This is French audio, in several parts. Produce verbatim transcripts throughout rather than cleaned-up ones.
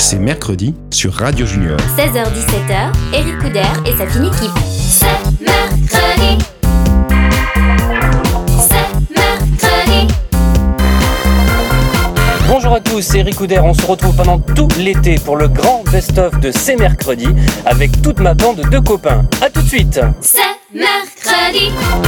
c'est mercredi sur Radio Junior. seize heures dix-sept heures, Eric Couder et sa fine équipe. C'est mercredi. C'est mercredi. Bonjour à tous, c'est Eric Couder. On se retrouve pendant tout l'été pour le grand best-of de C'est mercredi avec toute ma bande de copains. A tout de suite. C'est mercredi.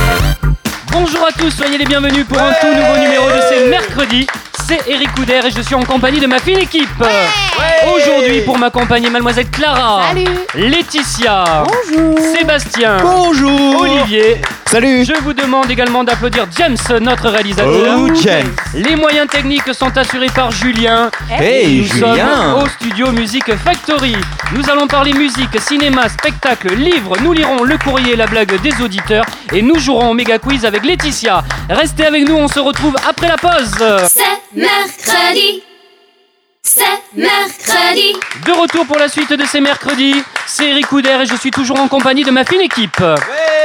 Bonjour à tous, soyez les bienvenus pour un tout nouveau numéro de C'est mercredi. C'est Eric Couder et je suis en compagnie de ma fine équipe. Ouais. Aujourd'hui pour m'accompagner Mademoiselle Clara. Salut. Laetitia. Bonjour. Sébastien. Bonjour. Olivier. Salut. Je vous demande également d'applaudir James, notre réalisateur. Oh, James. Les moyens techniques sont assurés par Julien. Hey, Nous Julien. sommes au studio Music Factory. Nous allons parler musique, cinéma, spectacle, livres. Nous lirons le courrier et la blague des auditeurs. Et nous jouerons au méga quiz avec Laetitia. Restez avec nous, on se retrouve après la pause. C'est mercredi. C'est mercredi. De retour pour la suite de ces mercredis, c'est Eric Couder et je suis toujours en compagnie de ma fine équipe. Ouais.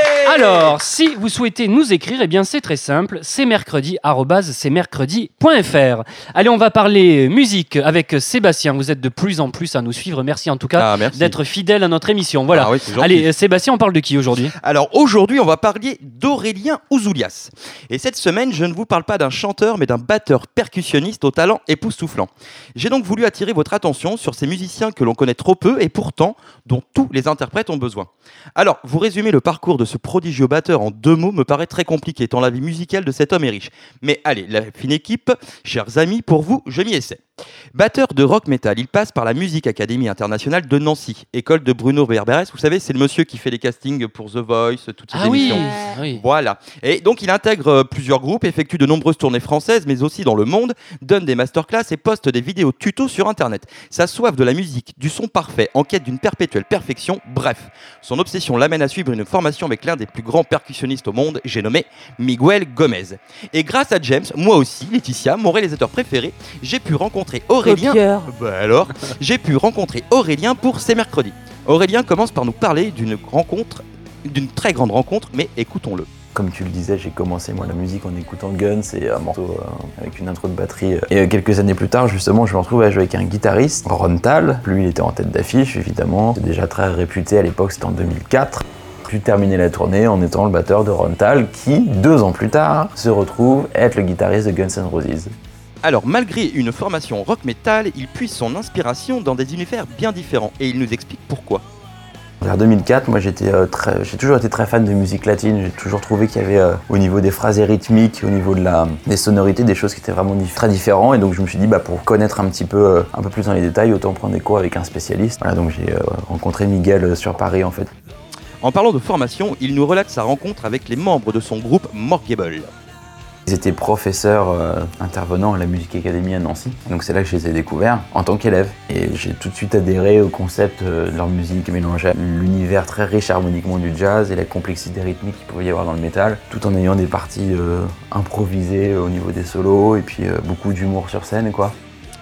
Alors, si vous souhaitez nous écrire, eh bien c'est très simple, c'est mercredi arobase c'est mercredi point f r. Allez, on va parler musique avec Sébastien. Vous êtes de plus en plus à nous suivre. Merci en tout cas ah, d'être fidèle à notre émission. Voilà. Ah, oui, allez, Sébastien, on parle de qui aujourd'hui ? Alors aujourd'hui, on va parler d'Aurélien Ouzoulias. Et cette semaine, je ne vous parle pas d'un chanteur, mais d'un batteur percussionniste au talent époustouflant. J'ai donc voulu attirer votre attention sur ces musiciens que l'on connaît trop peu et pourtant dont tous les interprètes ont besoin. Alors, vous résumer le parcours de ce prodigieux batteur en deux mots me paraît très compliqué tant la vie musicale de cet homme est riche. Mais allez, la fine équipe, chers amis, pour vous, je m'y essaie. Batteur de rock metal, il passe par la Music Academy Internationale de Nancy, école de Bruno Berberès. Vous savez, c'est le monsieur qui fait les castings pour The Voice, toutes ces ah émissions. Oui, oui. Voilà. Et donc, il intègre plusieurs groupes, effectue de nombreuses tournées françaises, mais aussi dans le monde, donne des masterclass et poste des vidéos tutos sur Internet. Sa soif de la musique, du son parfait, en quête d'une perpétuelle perfection, bref. Son obsession l'amène à suivre une formation avec l'un des plus grands percussionnistes au monde, j'ai nommé Miguel Gomez. Et grâce à James, moi aussi, Laetitia, mon réalisateur préféré, j'ai pu rencontrer Aurélien. Bah alors, j'ai pu rencontrer Aurélien pour C'est mercredi. Aurélien commence par nous parler d'une rencontre, d'une très grande rencontre, mais écoutons-le. Comme tu le disais, j'ai commencé moi la musique en écoutant Guns et un morceau euh, avec une intro de batterie. Et euh, quelques années plus tard, justement, je me retrouve à jouer avec un guitariste, Ron Tal. Lui, il était en tête d'affiche, évidemment. C'est déjà très réputé à l'époque, c'était en deux mille quatre. J'ai pu terminer la tournée en étant le batteur de Ron Tal, qui, deux ans plus tard, se retrouve être le guitariste de Guns N' Roses. Alors, malgré une formation rock metal, il puise son inspiration dans des univers bien différents et il nous explique pourquoi. Vers deux mille quatre, moi j'étais euh, très, j'ai toujours été très fan de musique latine. J'ai toujours trouvé qu'il y avait euh, au niveau des phrases rythmiques, au niveau de la, des sonorités, des choses qui étaient vraiment dif- très différentes. Et donc je me suis dit, bah, pour connaître un petit peu, euh, un peu plus dans les détails, autant prendre des cours avec un spécialiste. Voilà, donc j'ai euh, rencontré Miguel euh, sur Paris en fait. En parlant de formation, il nous relate sa rencontre avec les membres de son groupe Morgable. Ils étaient professeurs euh, intervenants à la Music Academy à Nancy, donc c'est là que je les ai découverts en tant qu'élève. Et j'ai tout de suite adhéré au concept euh, de leur musique mélangeait l'univers très riche harmoniquement du jazz et la complexité rythmique qu'il pouvait y avoir dans le métal, tout en ayant des parties euh, improvisées au niveau des solos et puis euh, beaucoup d'humour sur scène, quoi.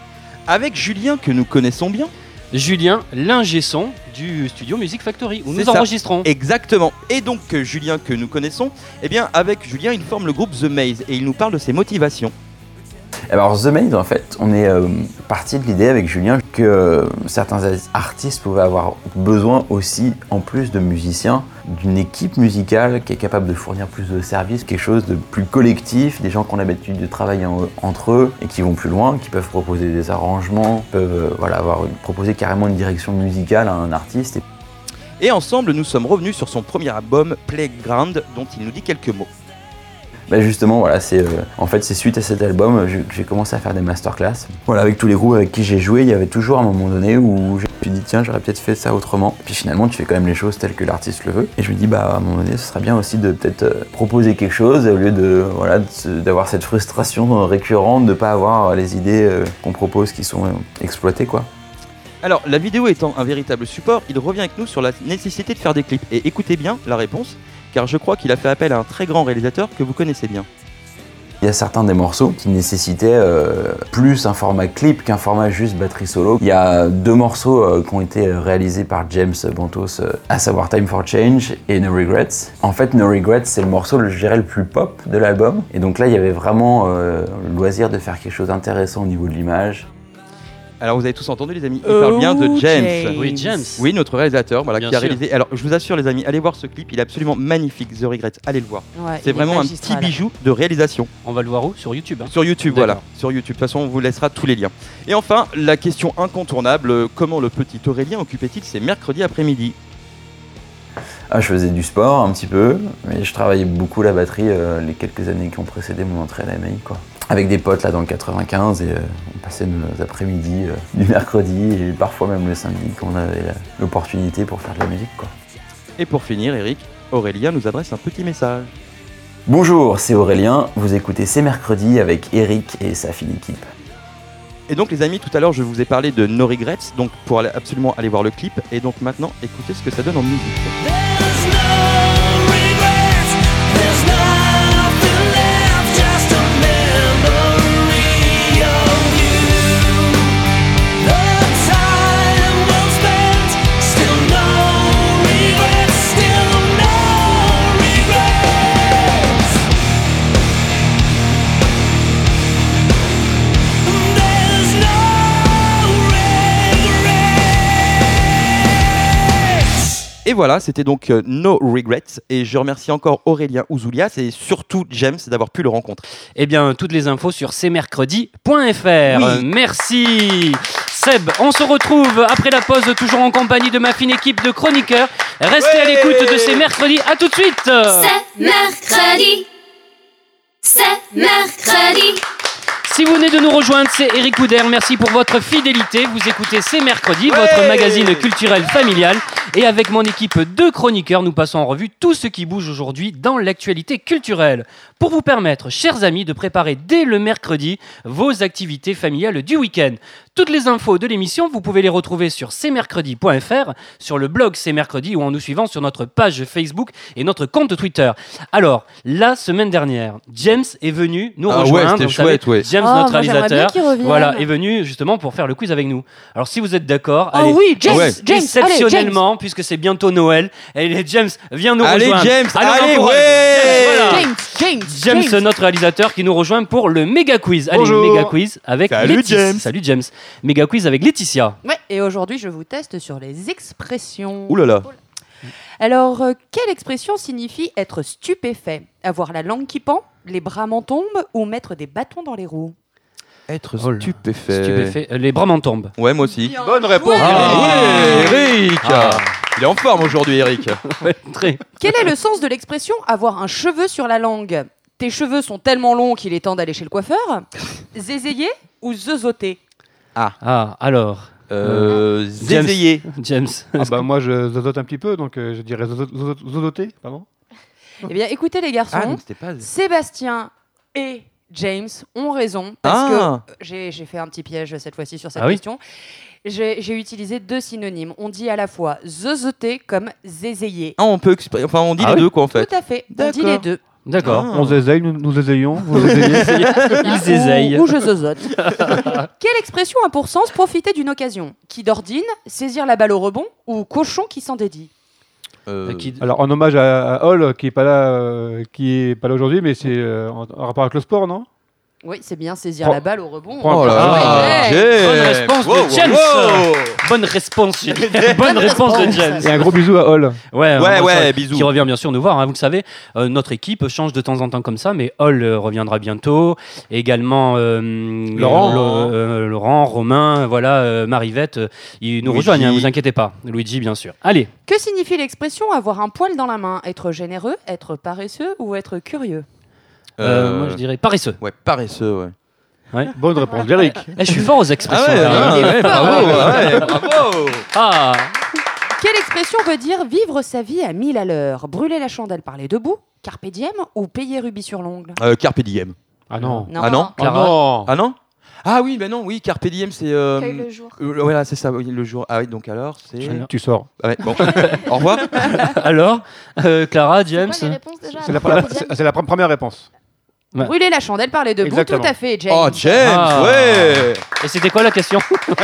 Avec Julien que nous connaissons bien. Julien, l'ingé son du studio Music Factory, où C'est nous ça. enregistrons. Exactement. Et donc euh, Julien que nous connaissons, eh bien avec Julien il forme le groupe The Maze et il nous parle de ses motivations. Alors The Maze, en fait, on est euh, parti de l'idée avec Julien que euh, certains artistes pouvaient avoir besoin aussi, en plus de musiciens, d'une équipe musicale qui est capable de fournir plus de services, quelque chose de plus collectif, des gens qui ont l'habitude de travailler en, entre eux et qui vont plus loin, qui peuvent proposer des arrangements, peuvent euh, voilà, avoir une, proposer carrément une direction musicale à un artiste. Et... et ensemble nous sommes revenus sur son premier album Playground dont il nous dit quelques mots. Bah justement, voilà, c'est, euh, en fait, c'est suite à cet album que j'ai commencé à faire des masterclass. Voilà, avec tous les groupes avec qui j'ai joué, il y avait toujours un moment donné où je me suis dit tiens, j'aurais peut-être fait ça autrement. Puis finalement, tu fais quand même les choses telles que l'artiste le veut. Et je me dis bah à un moment donné, ce serait bien aussi de peut-être euh, proposer quelque chose au lieu de voilà de, d'avoir cette frustration récurrente de pas avoir les idées euh, qu'on propose qui sont euh, exploitées, quoi. Alors, la vidéo étant un véritable support, il revient avec nous sur la nécessité de faire des clips. Et écoutez bien la réponse, car je crois qu'il a fait appel à un très grand réalisateur que vous connaissez bien. Il y a certains des morceaux qui nécessitaient euh, plus un format clip qu'un format juste batterie solo. Il y a deux morceaux euh, qui ont été réalisés par James Bantos, euh, à savoir Time for Change et No Regrets. En fait, No Regrets, c'est le morceau, je dirais, le plus pop de l'album. Et donc là, il y avait vraiment euh, le loisir de faire quelque chose d'intéressant au niveau de l'image. Alors vous avez tous entendu les amis, il Oh, parle bien de James. James. Oui, James. Oui, notre réalisateur, voilà, Bien qui a sûr. réalisé. Alors je vous assure les amis, allez voir ce clip, il est absolument magnifique. The Regrets, allez le voir. Ouais, C'est il est vraiment un magistral. petit bijou de réalisation. On va le voir où? Sur YouTube. hein. Sur YouTube, D'accord. voilà. Sur YouTube. De toute façon, on vous laissera tous les liens. Et enfin, la question incontournable, euh, comment le petit Aurélien occupait-il ses mercredis après-midi? Ah, je faisais du sport un petit peu, mais je travaillais beaucoup la batterie euh, les quelques années qui ont précédé mon entrée à la M A I, quoi. Avec des potes là dans le quatre-vingt-quinze et euh, on passait nos après-midi euh, du mercredi et parfois même le samedi quand on avait la- l'opportunité pour faire de la musique, quoi. Et pour finir, Eric, Aurélien nous adresse un petit message. Bonjour, c'est Aurélien, vous écoutez C'est mercredi avec Eric et sa fine équipe. Et donc les amis, tout à l'heure je vous ai parlé de No Regrets, donc pour aller, absolument aller voir le clip. Et donc maintenant, écoutez ce que ça donne en musique. There's no regrets, there's nothing left, just a memory of you. The time well spent, still no regrets, still no regrets. There's no regrets. Et voilà, c'était donc euh, No Regrets. Et je remercie encore Aurélien Ouzoulias et surtout James d'avoir pu le rencontrer. Eh bien, toutes les infos sur c mercredi point f r. Oui. Euh, Merci Seb. On se retrouve après la pause, toujours en compagnie de ma fine équipe de chroniqueurs. Restez à Ouais. l'écoute de ces mercredis. À tout de suite. C'est mercredi. C'est mercredi. Si vous venez de nous rejoindre, c'est Eric Couder. Merci pour votre fidélité. Vous écoutez C'est mercredi, Ouais. votre magazine culturel familial. Et avec mon équipe de chroniqueurs, nous passons en revue tout ce qui bouge aujourd'hui dans l'actualité culturelle. Pour vous permettre, chers amis, de préparer dès le mercredi vos activités familiales du week-end. Toutes les infos de l'émission, vous pouvez les retrouver sur c mercredi point f r, sur le blog C'est mercredi ou en nous suivant sur notre page Facebook et notre compte Twitter. Alors, la semaine dernière, James est venu nous Ah ouais, rejoindre. c'était vous savez, chouette, ouais. James, Oh, notre moi, j'aimerais bien réalisateur, qu'il revienne. voilà, est venu justement pour faire le quiz avec nous. Alors, si vous êtes d'accord, Oh allez, oui, James, Ouais. James, allez, James. exceptionnellement, puisque c'est bientôt Noël, allez, James, viens nous Allez, rejoindre. James, Allez, on allez, l'encourage. ouais. James, voilà. James, James, James, James. notre réalisateur qui nous rejoint pour le méga quiz. Allez, Bonjour. méga quiz avec Salut, Laetitia. James. Salut James. Méga quiz avec Laetitia. Ouais, et aujourd'hui, je vous teste sur les expressions. Ouh là là. Alors, euh, quelle expression signifie être stupéfait? Avoir la langue qui pend, les bras m'en tombent ou mettre des bâtons dans les roues? Être Oh là. stupéfait. Stupéfait. Euh, Les bras m'en tombent. Ouais, moi aussi. Bien Bonne réponse, joué. Eric. Ouais, Eric. Ah. Il est en forme aujourd'hui, Eric. Ouais, très. Quel est le sens de l'expression avoir un cheveu sur la langue? Tes cheveux sont tellement longs qu'il est temps d'aller chez le coiffeur? Zézéyer ou zeuzoter? Ah, alors, Euh, James. Zézéyer. James. Ah bah moi je zozote un petit peu, donc euh, je dirais zozo- zozo- zozoter, pardon. Eh bien, écoutez les garçons, Ah, donc c'était pas. Sébastien et James ont raison parce Ah. que j'ai j'ai fait un petit piège cette fois-ci sur cette Ah oui question. J'ai j'ai utilisé deux synonymes. On dit à la fois zeuzoter comme zézéyer. Ah, on peut expré- enfin on dit Ah les oui. deux quoi en fait. Tout à fait. On dit D'accord. les deux. D'accord. Ah. On zézeille, nous, nous zézeillons, vous zézeillez. Ils zézeillent. Ou, ou je zeuzote. Quelle expression a pour sens profiter d'une occasion? Qui d'ordine, saisir la balle au rebond ou cochon qui s'en dédie? Euh, Euh, qui- Alors en hommage à, à Hall qui est pas là, euh, qui est pas là aujourd'hui, mais c'est euh, en, en rapport avec le sport, non? Oui, c'est bien saisir Prends- la balle au rebond. prends- Oh là Ah, là, ouais. James. Bonne réponse de Wow, wow, James. wow. Bonne réponse, j'ai dit. Bonne réponse de James. Et un gros bisou à Hall. Ouais, Ouais, on- ouais, on- bisous. Qui revient bien sûr nous voir, hein, vous le savez. Euh, notre équipe change de temps en temps comme ça, mais Hall euh, reviendra bientôt. Également euh, Laurent. Lo- euh, Laurent, Romain, voilà, euh, Marivette, euh, ils nous Luigi. rejoignent, hein, vous inquiétez pas. Luigi, bien sûr. Allez, Que signifie l'expression avoir un poil dans la main? Être généreux, être paresseux ou être curieux? euh, Euh, moi je dirais paresseux. Ouais, paresseux, ouais. Bonne réponse d'Eric. Eh, je suis fort aux Ah expressions. ouais, quand même. ah il est ouais, fort, bravo, ouais. ouais, bravo. Ah, Quelle expression veut dire vivre sa vie à mille à l'heure? Brûler la chandelle par les deux bouts, carpe diem ou payer rubis sur l'ongle? Euh, Carpe diem. Ah non. Ah non Clara. Ah non. Ah non Ah oui, ben non, oui, Carpe diem c'est. euh, Cueille le jour. euh, voilà, c'est ça, oui, le jour. Ah oui, donc alors c'est. Tu sors. Ah ouais, bon. Au revoir. alors, euh, Clara, James. C'est quoi les réponses déjà? C'est la, avant la- Carpe diem c'est- c'est la pre- première réponse. Ouais. Brûler la chandelle par les deux bouts, Exactement. tout à fait, James. Oh, James, Ah. ouais. Et c'était quoi la question?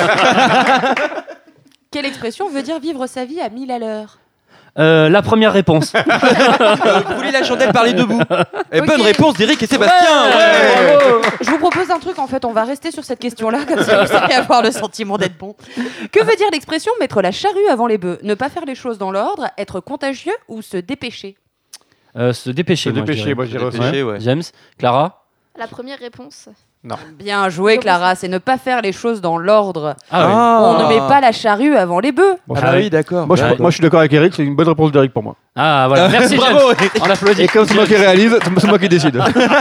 Quelle expression veut dire vivre sa vie à mille à l'heure? Euh, La première réponse. Euh, brûler la chandelle par les deux bouts. Et Ok. bonne réponse d'Eric et Sébastien. Ouais, bravo. Je vous propose un truc, en fait, on va rester sur cette question-là, comme ça vous allez avoir le sentiment d'être bon. Que veut dire l'expression mettre la charrue avant les bœufs? Ne pas faire les choses dans l'ordre, être contagieux ou se dépêcher? Euh, se dépêcher. Se moi, je dépêcher, dirais. moi, je dirais aussi. Dépêcher, ouais. James, Clara. La première réponse. Bien joué, Clara, c'est ne pas faire les choses dans l'ordre. Ah, oui. On ne met pas la charrue avant les bœufs. Bon, Ah je- bah oui, d'accord. moi, je, Ouais. moi, je suis d'accord avec Eric, c'est une bonne réponse d'Eric pour moi. Ah, voilà. Merci, James. Bravo, Eric. On applaudit. Et comme c'est moi qui réalise, c'est moi qui décide.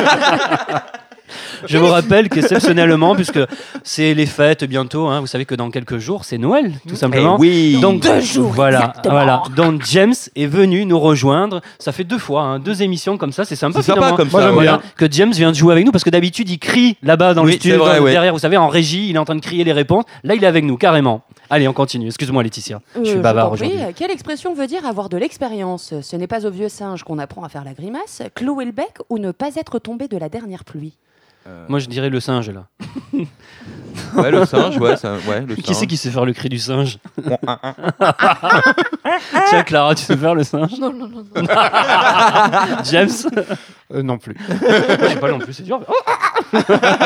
Je vous rappelle qu'exceptionnellement, puisque c'est les fêtes bientôt, hein, vous savez que dans quelques jours, c'est Noël, tout simplement. Eh oui. Donc, Deux jours, voilà, exactement. voilà. Donc James est venu nous rejoindre. Ça fait deux fois, hein, deux émissions comme ça. C'est sympa, C'est sympa finalement. comme Moi, ça. j'aime ouais. bien. Que James vient de jouer avec nous parce que d'habitude il crie là-bas dans Oui, le studio c'est vrai, dans- ouais. derrière, vous savez, en régie, il est en train de crier les réponses. Là, il est avec nous carrément. Allez, on continue. Excuse-moi, Laetitia. Je suis Euh, bavard t'en prie. aujourd'hui. Quelle expression veut dire avoir de l'expérience? Ce n'est pas au vieux singe qu'on apprend à faire la grimace, clouer le bec ou ne pas être tombé de la dernière pluie? Moi, je dirais le singe là. Ouais, le singe, ouais, ça, ouais, le Qui singe. c'est qui sait faire le cri du singe? Tiens, Clara, tu sais faire le singe? Non, non, non. non. James? Euh, non plus. Moi, j'ai pas non plus, c'est dur. Oh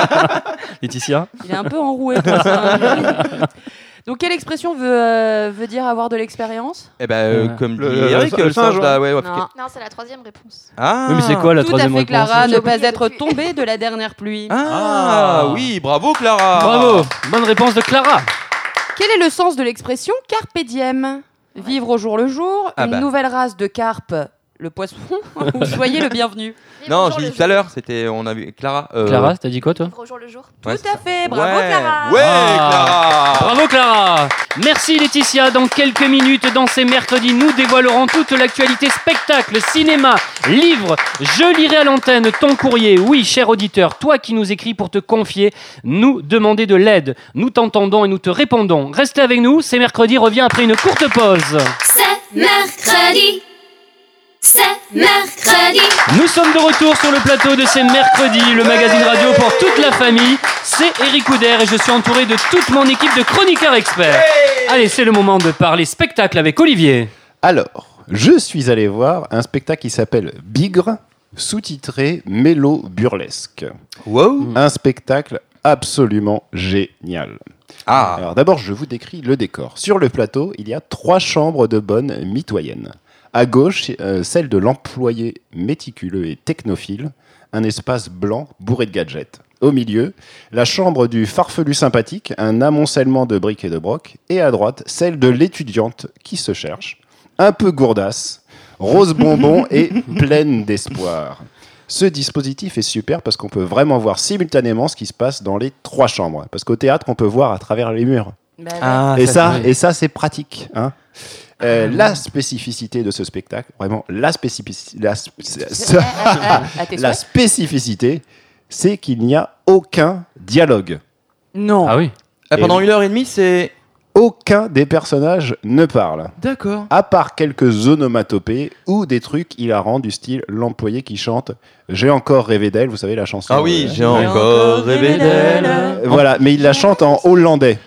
Laetitia? Il est un peu enroué, toi, singe. Donc, quelle expression veut, euh, veut dire avoir de l'expérience? Eh ben, euh, Euh, comme dit le- le- Eric, le le singe, singe, là, ouais. ouais, Non. parce que- Non, c'est la troisième réponse. Ah. Oui, mais c'est quoi la Tout à troisième fait, réponse? Clara, ne J'ai pas oublié être depuis. tombé de la dernière pluie. Ah, Ah. oui, bravo Clara. Bravo! Bonne réponse de Clara! Quel est le sens de l'expression carpe diem? Vivre au jour le jour, Ah une bah. nouvelle race de carpe, le poisson, ou soyez le bienvenu. Vivre Non, au je jour l'ai le dit tout à jour. l'heure, c'était, on a vu Clara. euh, Clara, t'as dit quoi toi? Vivre au jour le jour. Tout ouais, à c'est ça. fait, bravo Ouais. Clara. Ouais, Ah. Clara. Bravo Clara! Merci Laetitia. Dans quelques minutes, dans ces mercredis, nous dévoilerons toute l'actualité spectacle, cinéma, livres. Je lirai à l'antenne ton courrier. Oui, cher auditeur, toi qui nous écris pour te confier, nous demander de l'aide. Nous t'entendons et nous te répondons. Restez avec nous, c'est mercredi, revient après une courte pause. C'est mercredi. C'est mercredi. Nous sommes de retour sur le plateau de ces mercredis, le magazine radio pour toute la famille. C'est Eric Couder et je suis entouré de toute mon équipe de chroniqueurs experts. Allez, c'est le moment de parler spectacle avec Olivier. Alors, je suis allé voir un spectacle qui s'appelle Bigre, sous-titré Mélo Burlesque. Wow. Un spectacle absolument génial. Ah. Alors d'abord, je vous décris le décor. Sur le plateau, il y a trois chambres de bonne mitoyennes. À gauche, euh, celle de l'employé méticuleux et technophile, un espace blanc bourré de gadgets. Au milieu, la chambre du farfelu sympathique, un amoncellement de briques et de brocs. Et à droite, celle de l'étudiante qui se cherche, un peu gourdasse, rose bonbon et pleine d'espoir. Ce dispositif est super parce qu'on peut vraiment voir simultanément ce qui se passe dans les trois chambres. Parce qu'au théâtre, on peut voir à travers les murs. Bah, ouais. Ah, et, ça, c'est- et ça, c'est pratique. Hein. Euh, la spécificité de ce spectacle, vraiment, la, spécifici- la, sp- Ah, ah, ah, à tes la souhaits. spécificité, c'est qu'il n'y a aucun dialogue. Non. Ah oui. Ah, pendant une heure et demie, c'est. Aucun des personnages ne parle. D'accord. À part quelques onomatopées ou des trucs hilarants du style l'employé qui chante « J'ai encore rêvé d'elle », vous savez la chanson. Ah oui, euh, j'ai encore rêvé d'elle. euh, Voilà, mais il la chante en hollandais.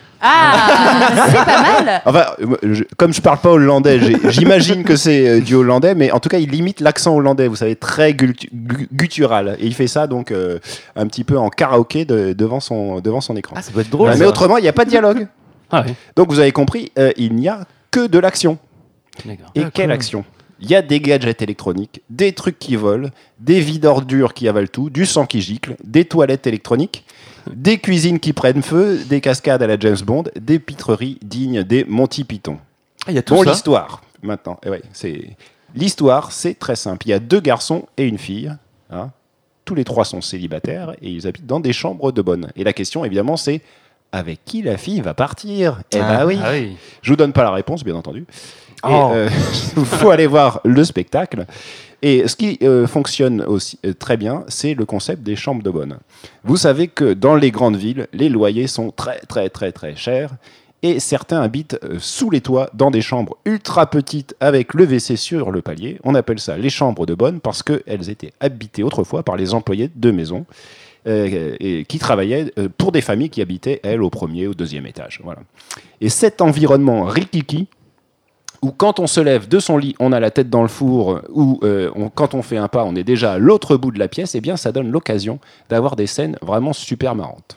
Ah, c'est pas mal. Enfin, euh, je- comme je parle pas hollandais, j'ai- j'imagine que c'est euh, du hollandais, mais en tout cas, il limite l'accent hollandais, vous savez, très gultu- gu- guttural. Et il fait ça donc euh, un petit peu en karaoké de- devant, son, devant son écran. Ah, ça doit être drôle. mais ça. autrement, il n'y a pas de dialogue. Ah oui. Donc vous avez compris, euh, il n'y a que de l'action. D'accord. Et quelle action? Il y a des gadgets électroniques, des trucs qui volent, des vides ordures qui avalent tout, du sang qui gicle, des toilettes électroniques, des cuisines qui prennent feu, des cascades à la James Bond, des pitreries dignes des Monty Python. Ah, il y a tout Bon, ça. l'histoire, maintenant. Eh ouais, c'est... L'histoire, c'est très simple. Il y a deux garçons et une fille. Hein. Tous les trois sont célibataires et ils habitent dans des chambres de bonne. Et la question, évidemment, c'est avec qui la fille va partir? Eh Ah. ben oui. Ah oui. Je vous donne pas la réponse, bien entendu. Et, Oh. euh, il faut aller voir le spectacle. Et ce qui euh, fonctionne aussi euh, très bien, c'est le concept des chambres de bonne. Vous savez que dans les grandes villes, les loyers sont très très très très chers. Et certains habitent euh, sous les toits dans des chambres ultra petites avec le W C sur le palier. On appelle ça les chambres de bonne parce qu'elles étaient habitées autrefois par les employés de maison. Euh, et qui travaillaient euh, pour des familles qui habitaient, elles, au premier ou au deuxième étage. Voilà. Et cet environnement rikiki où quand on se lève de son lit, on a la tête dans le four, ou euh, on- quand on fait un pas, on est déjà à l'autre bout de la pièce, eh bien ça donne l'occasion d'avoir des scènes vraiment super marrantes.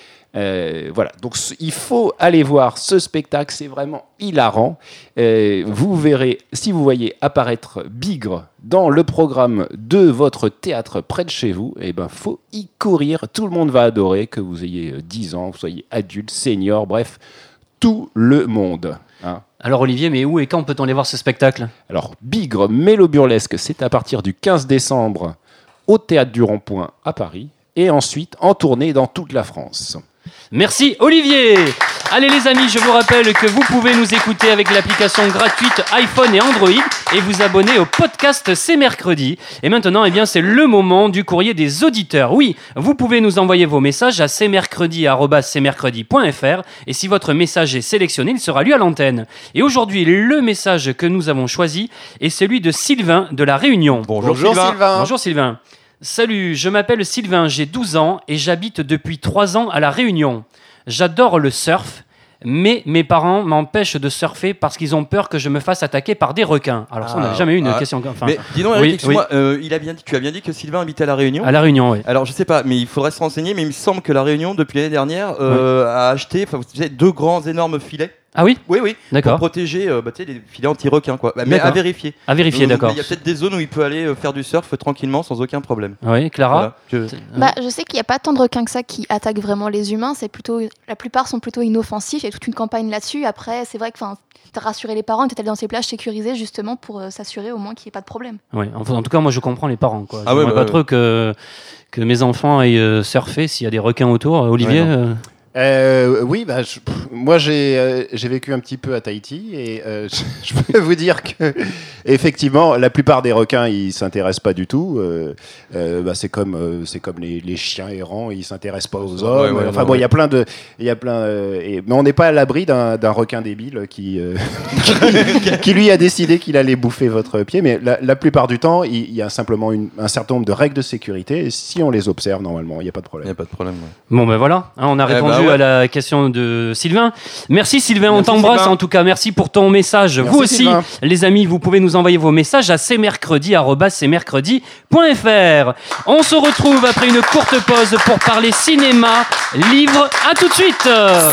Euh, voilà, donc c- il faut aller voir ce spectacle, c'est vraiment hilarant. Euh, vous verrez, si vous voyez apparaître Bigre dans le programme de votre théâtre près de chez vous, eh ben faut y courir, tout le monde va adorer, que vous ayez euh, dix ans, que vous soyez adulte, senior, bref, tout le monde. Hein. Alors Olivier, mais où et quand peut-on aller voir ce spectacle ? Alors, Bigre Mélo-Burlesque, c'est à partir du quinze décembre au Théâtre du Rond-Point à Paris, et ensuite en tournée dans toute la France. Merci Olivier. Allez les amis, je vous rappelle que vous pouvez nous écouter avec l'application gratuite iPhone et Android et vous abonner au podcast C'est Mercredi. Et maintenant, eh bien, c'est le moment du courrier des auditeurs. Oui, vous pouvez nous envoyer vos messages à c'est mercredi arobase c'est mercredi point f r et si votre message est sélectionné, il sera lu à l'antenne. Et aujourd'hui, le message que nous avons choisi est celui de Sylvain de La Réunion. Bonjour, Bonjour Sylvain. Sylvain. Bonjour Sylvain. Salut, je m'appelle Sylvain, j'ai douze ans et j'habite depuis trois ans à La Réunion. J'adore le surf, mais mes parents m'empêchent de surfer parce qu'ils ont peur que je me fasse attaquer par des requins. Alors ça, on n'a Ah, jamais eu une ah. question... Enfin, Mais dis donc, Eric, oui, excuse-moi, euh, il a bien dit, tu as bien dit que Sylvain habitait à La Réunion. à La Réunion, oui. Alors je sais pas, mais il faudrait se renseigner, mais il me semble que La Réunion, depuis l'année dernière, euh, a acheté, enfin, vous savez, deux grands énormes filets. Ah oui ? Oui, oui. D'accord. Pour protéger euh, bah, tu sais, les filets anti-requins, quoi. Bah, mais D'accord. à vérifier. À vérifier, Donc, d'accord. Il y a peut-être des zones où il peut aller euh, faire du surf tranquillement, sans aucun problème. Oui, Clara Voilà. Je- Bah, je sais qu'il n'y a pas tant de requins que ça qui attaquent vraiment les humains. C'est plutôt, la plupart sont plutôt inoffensifs. Il y a toute une campagne là-dessus. Après, c'est vrai que, enfin, t'as rassuré les parents, t'es allé dans ces plages sécurisées justement pour euh, s'assurer au moins qu'il n'y ait pas de problème. Oui, enfin, en tout cas, moi, je comprends les parents. Quoi. Ah ouais, J'aimerais bah, pas ouais. trop que, que mes enfants aillent euh, surfer s'il y a des requins autour. Olivier Ouais, non. euh, Euh, oui, bah, je- pff, moi j'ai euh, j'ai vécu un petit peu à Tahiti et euh, je, je peux vous dire que effectivement la plupart des requins ils s'intéressent pas du tout. Euh, euh, bah, c'est comme euh, c'est comme les, les chiens errants, ils s'intéressent pas aux hommes. Ouais, ouais, enfin ouais, bon, il y ouais. a plein de il y a plein euh, et- mais on n'est pas à l'abri d'un d'un requin débile qui euh, qui, qui, lui a décidé qu'il allait bouffer votre pied. Mais la, la plupart du temps, il, il y a simplement une, un certain nombre de règles de sécurité et si on les observe normalement, il n'y a pas de Il problème. n'y a pas de problème. ouais. Bon ben voilà, hein, on a Eh répondu bah ouais. à la question de Sylvain. Merci Sylvain, on Merci, t'embrasse Sylvain. en tout cas. Merci pour ton message. Merci, Vous aussi, Sylvain. les amis, vous pouvez nous envoyer vos messages à c'est mercredi arobase c'est mercredi point f r. On se retrouve après une courte pause pour parler cinéma, livre. À tout de suite.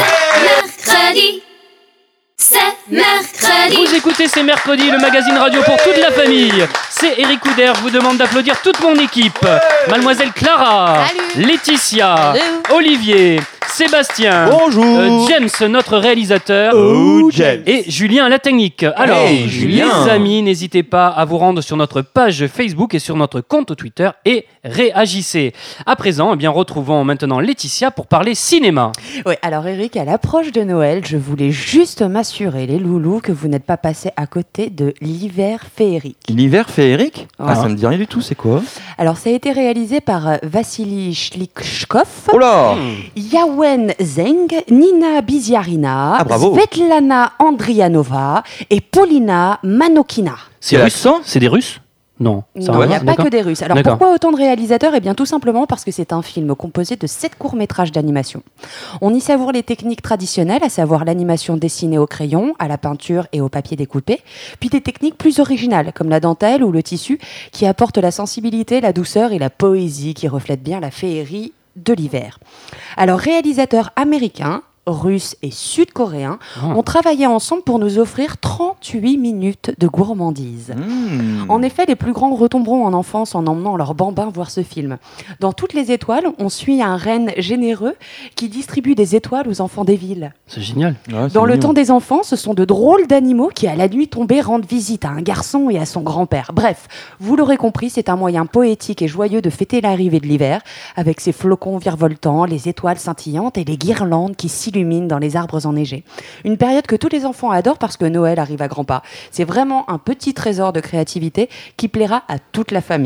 Mercredi, c'est mercredi. Vous écoutez C'est Mercredi, le magazine radio pour toute la famille. C'est Eric Couder, je vous demande d'applaudir toute mon équipe. Mademoiselle Clara, Salut. Laetitia, Salut. Olivier, Sébastien, Bonjour. euh, James, notre réalisateur, Oh, James. et Julien à la technique. Alors, Hey, Julien. les amis, n'hésitez pas à vous rendre sur notre page Facebook et sur notre compte Twitter et réagissez. À présent, eh bien, retrouvons maintenant Laetitia pour parler cinéma. Oui, alors Eric, à l'approche de Noël, je voulais juste m'assurer, les loulous, que vous n'êtes pas passés à côté de l'hiver féerique. L'hiver féerique Ah, Ouais. ça me dit rien du tout, c'est quoi Alors, ça a été réalisé par euh, Vassili Shlikshkov, Oh là Yawen Zeng, Nina Biziarina, Ah, bravo. Svetlana Andrianova et Paulina Manokina. C'est Quel russe accent C'est des Russes Non. ça Non, va, il n'y a pas d'accord. que des Russes. Alors D'accord. pourquoi autant de réalisateurs Eh bien tout simplement parce que c'est un film composé de sept courts-métrages d'animation. On y savoure les techniques traditionnelles, à savoir l'animation dessinée au crayon, à la peinture et au papier découpé, puis des techniques plus originales comme la dentelle ou le tissu qui apportent la sensibilité, la douceur et la poésie qui reflètent bien la féerie de l'hiver. Alors réalisateurs américains, russes et sud-coréens Ah. ont travaillé ensemble pour nous offrir trente-huit minutes de gourmandise. Mmh. En effet, les plus grands retomberont en enfance en emmenant leurs bambins voir ce film. Dans Toutes les étoiles, on suit un reine généreux qui distribue des étoiles aux enfants des villes. C'est génial. Ouais, c'est Dans le mignon. temps des enfants, ce sont de drôles d'animaux qui, à la nuit tombée, rendent visite à un garçon et à son grand-père. Bref, vous l'aurez compris, c'est un moyen poétique et joyeux de fêter l'arrivée de l'hiver, avec ses flocons virevoltants, les étoiles scintillantes et les guirlandes qui s'illuminent dans les arbres enneigés. Une période que tous les enfants adorent parce que Noël arrive à grands pas. C'est vraiment un petit trésor de créativité qui plaira à toute la famille.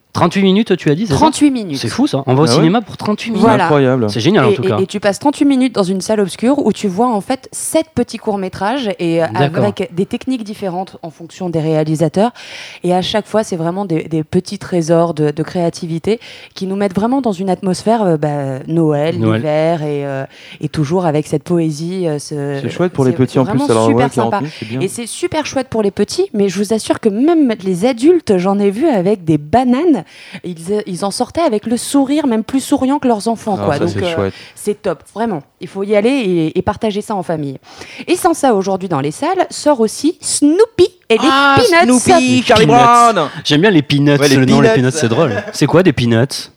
trente-huit minutes, tu as dit, c'est ça trente-huit minutes. C'est fou ça. On va au Ah ouais cinéma pour trente-huit minutes. Voilà. Incroyable. C'est génial en Et, tout et- cas. et tu passes trente-huit minutes dans une salle obscure où tu vois en fait sept petits courts-métrages et euh, D'accord. avec des techniques différentes en fonction des réalisateurs. Et à chaque fois, c'est vraiment des, des petits trésors de, de créativité qui nous mettent vraiment dans une atmosphère euh, bah, Noël, Noël. l'hiver et, euh, et toujours avec cette poésie. euh, ce- C'est chouette pour les c'est- petits c'est en plus. vraiment Alors, super ouais, sympa. quarante minutes, c'est bien. Et c'est super chouette pour les petits, mais je vous assure que même les adultes, j'en ai vu avec des bananes, ils, ils en sortaient avec le sourire, même plus souriant que leurs enfants. Ah, quoi. ça, Donc c'est euh, chouette. c'est top, vraiment. Il faut y aller et, et partager ça en famille. Et sans ça, aujourd'hui dans les salles, sort aussi Snoopy et les Ah, Peanuts. Snoopy, Charlie Peanuts. Brown. J'aime bien les peanuts, Ouais, les le nom les peanuts. peanuts, c'est drôle. C'est quoi des peanuts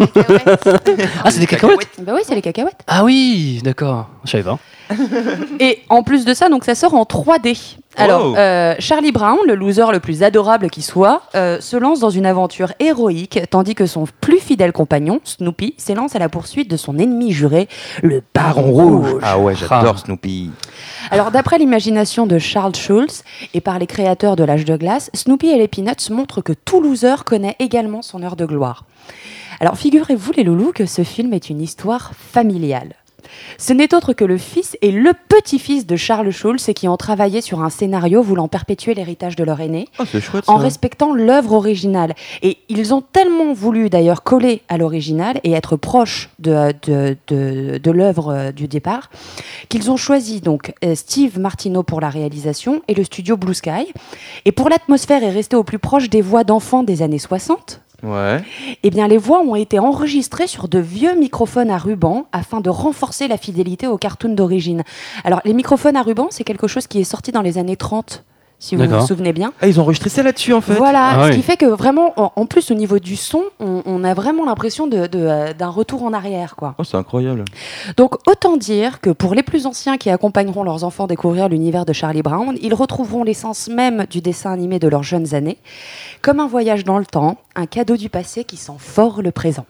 Ah, c'est des cacahuètes Bah oui, c'est les cacahuètes. Ah oui, d'accord. Je savais pas. Et en plus de ça, donc ça sort en trois D. Alors, Oh. euh, Charlie Brown, le loser le plus adorable qui soit, euh, se lance dans une aventure héroïque, tandis que son plus fidèle compagnon, Snoopy, s'élance à la poursuite de son ennemi juré, le Baron Rouge. Ah ouais, j'adore Ah. Snoopy. Alors, d'après l'imagination de Charles Schulz et par les créateurs de l'âge de glace, Snoopy et les Peanuts montrent que tout loser connaît également son heure de gloire. Alors, figurez-vous, les loulous, que ce film est une histoire familiale. Ce n'est autre que le fils et le petit-fils de Charles Schulz qui ont travaillé sur un scénario voulant perpétuer l'héritage de leur aîné, Oh, c'est chouette ça. en respectant l'œuvre originale. Et ils ont tellement voulu d'ailleurs coller à l'original et être proches de, de, de, de l'œuvre euh, du départ, qu'ils ont choisi donc euh, Steve Martino pour la réalisation et le studio Blue Sky. Et pour l'atmosphère et rester au plus proche des voix d'enfants des années soixante, Ouais. eh bien, les voix ont été enregistrées sur de vieux microphones à ruban afin de renforcer la fidélité au cartoon d'origine. Alors, les microphones à ruban, c'est quelque chose qui est sorti dans les années trente, si vous D'accord. vous souvenez bien. Ah, ils ont enregistré ça là-dessus en fait. Voilà, Ah ce oui. qui fait que vraiment, en, en plus, au niveau du son, on, on a vraiment l'impression de, de, euh, d'un retour en arrière, quoi. Oh, c'est incroyable. Donc, autant dire que pour les plus anciens qui accompagneront leurs enfants découvrir l'univers de Charlie Brown, ils retrouveront l'essence même du dessin animé de leurs jeunes années, comme un voyage dans le temps, un cadeau du passé qui sent fort le présent.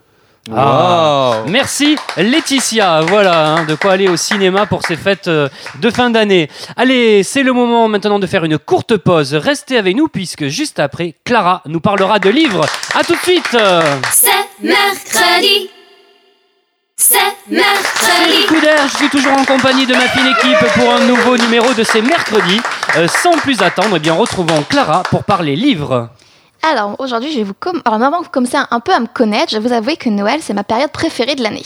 Ah. Wow. Merci Laetitia, voilà hein, de quoi aller au cinéma pour ces fêtes euh, de fin d'année. Allez, c'est le moment maintenant de faire une courte pause. Restez avec nous puisque juste après, Clara nous parlera de livres. A tout de suite. C'est mercredi. C'est mercredi. Coup d'air, je suis toujours en compagnie de ma fine équipe pour un nouveau numéro de ces mercredis. Euh, sans plus attendre, eh bien retrouvons Clara pour parler livres. Alors aujourd'hui, je vais vous com- alors maintenant que vous commencez un peu à me connaître, je vais vous avouer que Noël c'est ma période préférée de l'année.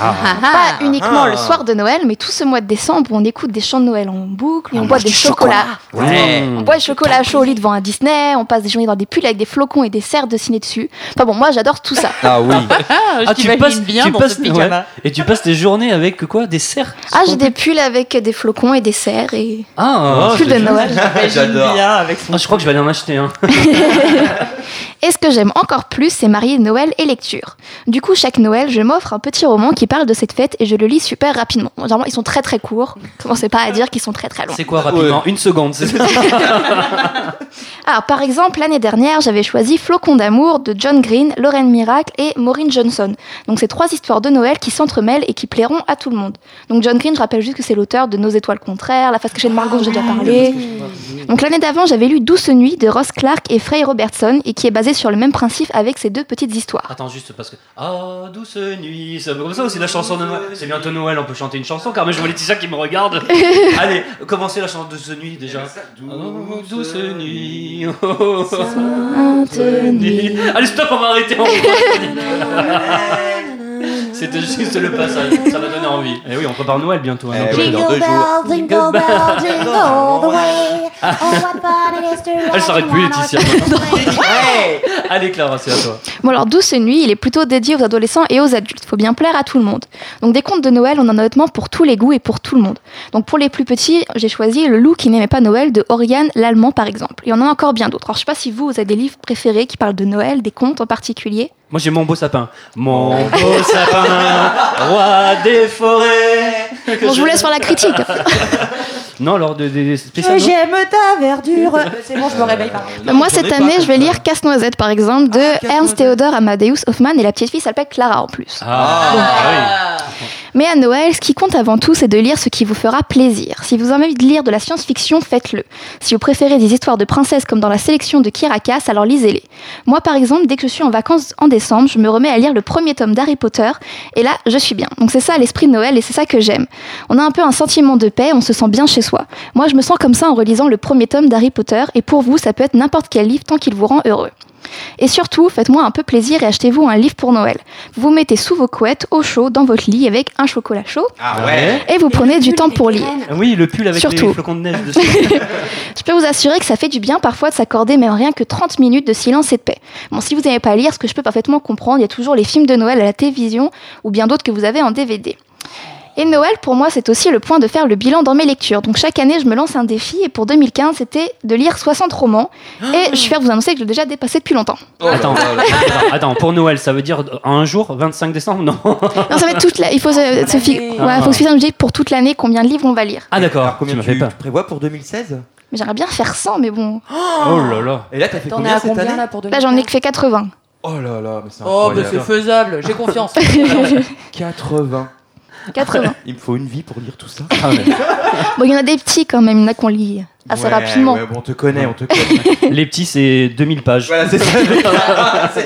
Pas uniquement Ah. le soir de Noël, mais tout ce mois de décembre où on écoute des chants de Noël en boucle, et on On boit mange des du chocolats. Ouais. On boit du chocolat chaud au lit devant un Disney, on passe des journées dans des pulls avec des flocons et des cerfs dessinés dessus. Enfin bon, moi j'adore tout ça. Ah oui. Ah, tu passes bien dans ce pyjama. Et tu passes tes journées avec quoi? Des cerfs? Ah, j'ai des pulls avec des flocons et des cerfs et Ah, Oh, pulls de c'est Noël. J'adore. ah, je crois que je vais aller en acheter un. Et ce que j'aime encore plus, c'est marier Noël et lecture. Du coup, chaque Noël, je m'offre un petit roman qui parle de cette fête et je le lis super rapidement. Bon, généralement, ils sont très très courts. Commencez pas à dire qu'ils sont très très longs. C'est quoi rapidement? Une seconde. c'est- Alors, par exemple, l'année dernière, j'avais choisi Flocon d'amour de John Green, Lorraine Miracle et Maureen Johnson. Donc, c'est trois histoires de Noël qui s'entremêlent et qui plairont à tout le monde. Donc, John Green, je rappelle juste que c'est l'auteur de Nos étoiles contraires, La face cachée de Margot, j'ai déjà parlé. Donc, l'année d'avant, j'avais lu Douce nuit de Ross Clark et Frey Robertson et qui est basé sur le même principe avec ces deux petites histoires. Attends, juste parce que. Ah, douce nuit, c'est un peu comme ça aussi la chanson de Noël. C'est bientôt Noël, on peut chanter une chanson car moi je vois Laetitia qui me regarde. Allez, commencez la chanson Douce nuit déjà. Oh, douce nuit. Oh, Sainte nuit. Allez, stop, on va arrêter. on va C'était juste le passage, ça m'a donné envie. Et oui, on prépare Noël bientôt. hein, Eh donc, oui, euh, dans deux jours. jingle bell, jingle all the way. Oh, what fun it is to Elle s'arrête plus, Laetitia. Ouais. Allez, Clara, c'est à toi. Bon alors Douce nuit, il est plutôt dédié aux adolescents et aux adultes. Faut bien plaire à tout le monde. Donc des contes de Noël, on en a honnêtement pour tous les goûts et pour tout le monde. Donc pour les plus petits, j'ai choisi Le loup qui n'aimait pas Noël de Oriane l'Allemand par exemple. Il y en a encore bien d'autres. Alors je sais pas si vous, vous avez des livres préférés qui parlent de Noël, des contes en particulier. Moi j'ai mon beau sapin. Mon beau sapin, roi des forêts. Bon, je vous laisse faire la critique. Non, alors des de, de spéciales. Que j'aime ta verdure. C'est bon, je me réveille. Pardon. Bah, moi, cette année, je vais lire Casse-Noisette, par exemple, de Ernst Theodor Amadeus Hoffmann, et la petite fille s'appelle Clara en plus. Ah, ah oui. Mais à Noël, ce qui compte avant tout, c'est de lire ce qui vous fera plaisir. Si vous avez envie de lire de la science-fiction, faites-le. Si vous préférez des histoires de princesses comme dans la sélection de Kirakas, alors lisez-les. Moi, par exemple, dès que je suis en vacances en décembre, je me remets à lire le premier tome d'Harry Potter, et là, je suis bien. Donc c'est ça l'esprit de Noël, et c'est ça que j'aime. On a un peu un sentiment de paix, on se sent bien chez soi. Moi, je me sens comme ça en relisant le premier tome d'Harry Potter, et pour vous, ça peut être n'importe quel livre tant qu'il vous rend heureux. Et surtout, faites-moi un peu plaisir et achetez-vous un livre pour Noël. Vous vous mettez sous vos couettes, au chaud, dans votre lit, avec un chocolat chaud. Ah ouais. Et vous prenez du temps pour lire. Oui, le pull avec Surtout. les flocons de neige dessus. Je peux vous assurer que ça fait du bien parfois de s'accorder même rien que trente minutes de silence et de paix. Bon, si vous n'aimez pas lire, ce que je peux parfaitement comprendre, il y a toujours les films de Noël à la télévision ou bien d'autres que vous avez en D V D. Et Noël, pour moi, c'est aussi le point de faire le bilan dans mes lectures. Donc chaque année, je me lance un défi et pour deux mille quinze, c'était de lire soixante romans. Et je suis fière de vous annoncer que je l'ai déjà dépassé depuis longtemps. Oh, attends, attends, attends, pour Noël, ça veut dire un jour, vingt-cinq décembre, non? Non, ça va être toute la... Il faut se, se fi... ouais, faut se fixer un budget pour toute l'année, combien de livres on va lire. Ah d'accord, Alors, combien tu tu, m'as fait peur. tu prévois pour deux mille seize? Mais j'aimerais bien faire cent, mais bon. Oh là là. Et là, t'as fait T'en es combien à cette combien année là pour deux Là, mille quinze? j'en ai fait quatre-vingts. Oh là là, mais c'est Oh, incroyable. mais c'est faisable, j'ai confiance. quatre-vingts. quatre-vingts. Il me faut une vie pour lire tout ça. Ah, ouais. Bon, il y en a des petits quand même, il y en a qu'on lit assez Ouais, rapidement. Ouais, bon, on te connaît, on te connaît. Les petits, c'est deux mille pages. Voilà, c'est ça. C'est-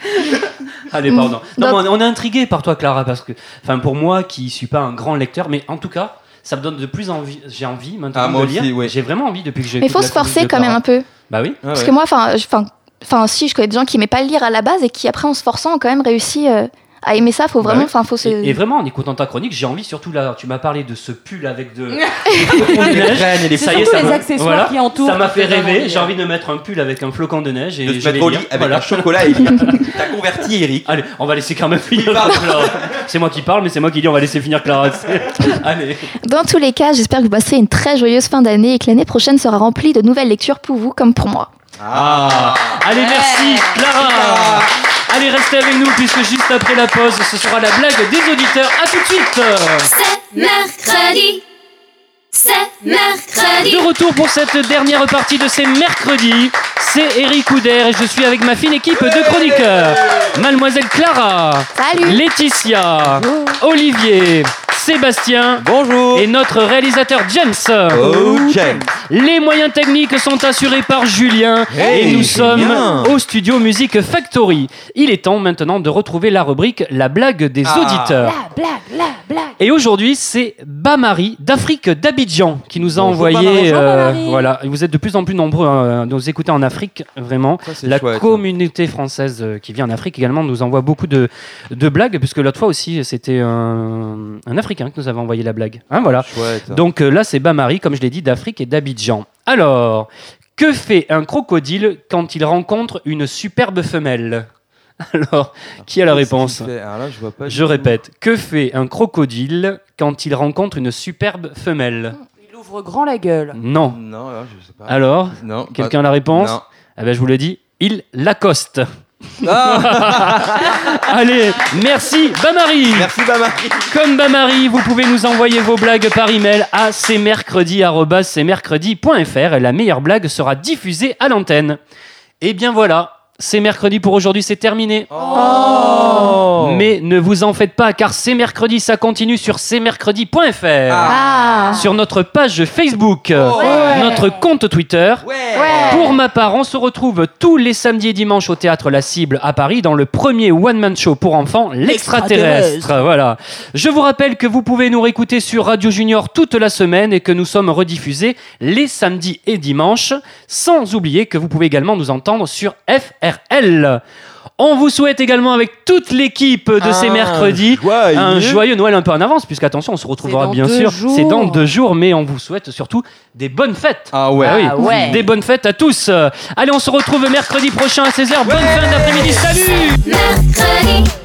Allez, pardon. Non, Donc- mais on on est intrigué par toi, Clara, parce que, enfin, pour moi, qui suis pas un grand lecteur, mais en tout cas, ça me donne de plus envie. J'ai envie maintenant Ah, moi de lire. aussi, ouais. J'ai vraiment envie depuis que j'ai. Mais il faut se forcer quand même un peu. Bah oui. Ah Parce ouais. que moi, enfin, je- enfin, enfin, si je connais des gens qui n'aimaient pas le lire à la base et qui après, en se forçant, ont quand même réussi euh, à aimer ça. Faut Bah vraiment, oui. enfin, faut se. Et, et vraiment, en écoutant ta chronique, j'ai envie, surtout là, tu m'as parlé de ce pull avec de. Les graines et les Ça y est, surtout ça les m'a- accessoires voilà, qui entourent ça m'a qui fait te donnent rêver. envie, J'ai hein. envie de mettre un pull avec un flocon de neige et de se je vais mettre au lire. lit avec Voilà. un chocolat et t'as converti Eric. Allez, on va laisser quand même finir. Pardon. Clara. C'est moi qui parle, mais c'est moi qui dis on va laisser finir Clara. Allez. Dans tous les cas, j'espère que vous passerez une très joyeuse fin d'année et que l'année prochaine sera remplie de nouvelles lectures pour vous comme pour moi. Ah. Allez, merci Clara. Allez, restez avec nous puisque juste après la pause, ce sera la blague des auditeurs. À tout de suite. C'est mercredi. C'est mercredi. De retour pour cette dernière partie de ces mercredis. C'est Eric Couder et je suis avec ma fine équipe de chroniqueurs. Mademoiselle Clara. Salut. Laetitia. Olivier. Sébastien. Bonjour. Et notre réalisateur James. Oh, James. Les moyens techniques sont assurés par Julien. Hey, et nous Julien. sommes au studio Music Factory. Il est temps maintenant de retrouver la rubrique La blague des Ah. auditeurs. La blague, la blague. Et aujourd'hui, c'est Bamari d'Afrique d'Abidjan qui nous a Bonjour, envoyé. Bamari. Bonjour, Bamari. Voilà, vous êtes de plus en plus nombreux à nous écouter en Afrique, vraiment. Ça, c'est La chouette, ça. communauté française euh, qui vit en Afrique également nous envoie beaucoup de, de blagues, puisque l'autre fois aussi, c'était un, un Africain qui nous avait envoyé la blague. Hein, voilà. Chouette. Donc euh, là, c'est Bamari, comme je l'ai dit, d'Afrique et d'Abidjan. Alors, que fait un crocodile quand il rencontre une superbe femelle? Alors, qui a la Qu'est-ce réponse? qu'il fait Alors là, je vois pas. du Je tout. répète, que fait un crocodile quand il rencontre une superbe femelle? Il ouvre grand la gueule. Non. Non, alors, je sais pas. Alors, Non. quelqu'un a la réponse? Non. Eh ben, je vous le dis, il l'accoste. Ah. Allez, merci Bamari. Merci Bamari. Comme Bamari, vous pouvez nous envoyer vos blagues par email à c mercredi arobase c mercredi point f r et la meilleure blague sera diffusée à l'antenne. Et bien voilà, c'est mercredi pour aujourd'hui, c'est terminé. Oh. Mais ne vous en faites pas, car c'est mercredi, ça continue sur c mercredi point f r, Ah. sur notre page Facebook, Ouais. notre compte Twitter. Ouais. Pour ma part, on se retrouve tous les samedis et dimanches au théâtre La Cible à Paris dans le premier one-man show pour enfants, l'extraterrestre. Voilà. Je vous rappelle que vous pouvez nous réécouter sur Radio Junior toute la semaine et que nous sommes rediffusés les samedis et dimanches, sans oublier que vous pouvez également nous entendre sur F R L. On vous souhaite également avec toute l'équipe de ces Un mercredis joyeux- un joyeux Noël un peu en avance, puisque attention, on se retrouvera C'est dans bien deux sûr. jours. C'est dans deux jours, mais on vous souhaite surtout des bonnes fêtes. Ah ouais. Ah oui, Ah ouais. des bonnes fêtes à tous. Allez, on se retrouve mercredi prochain à seize heures. Bonne fin d'après-midi. Salut! Mercredi.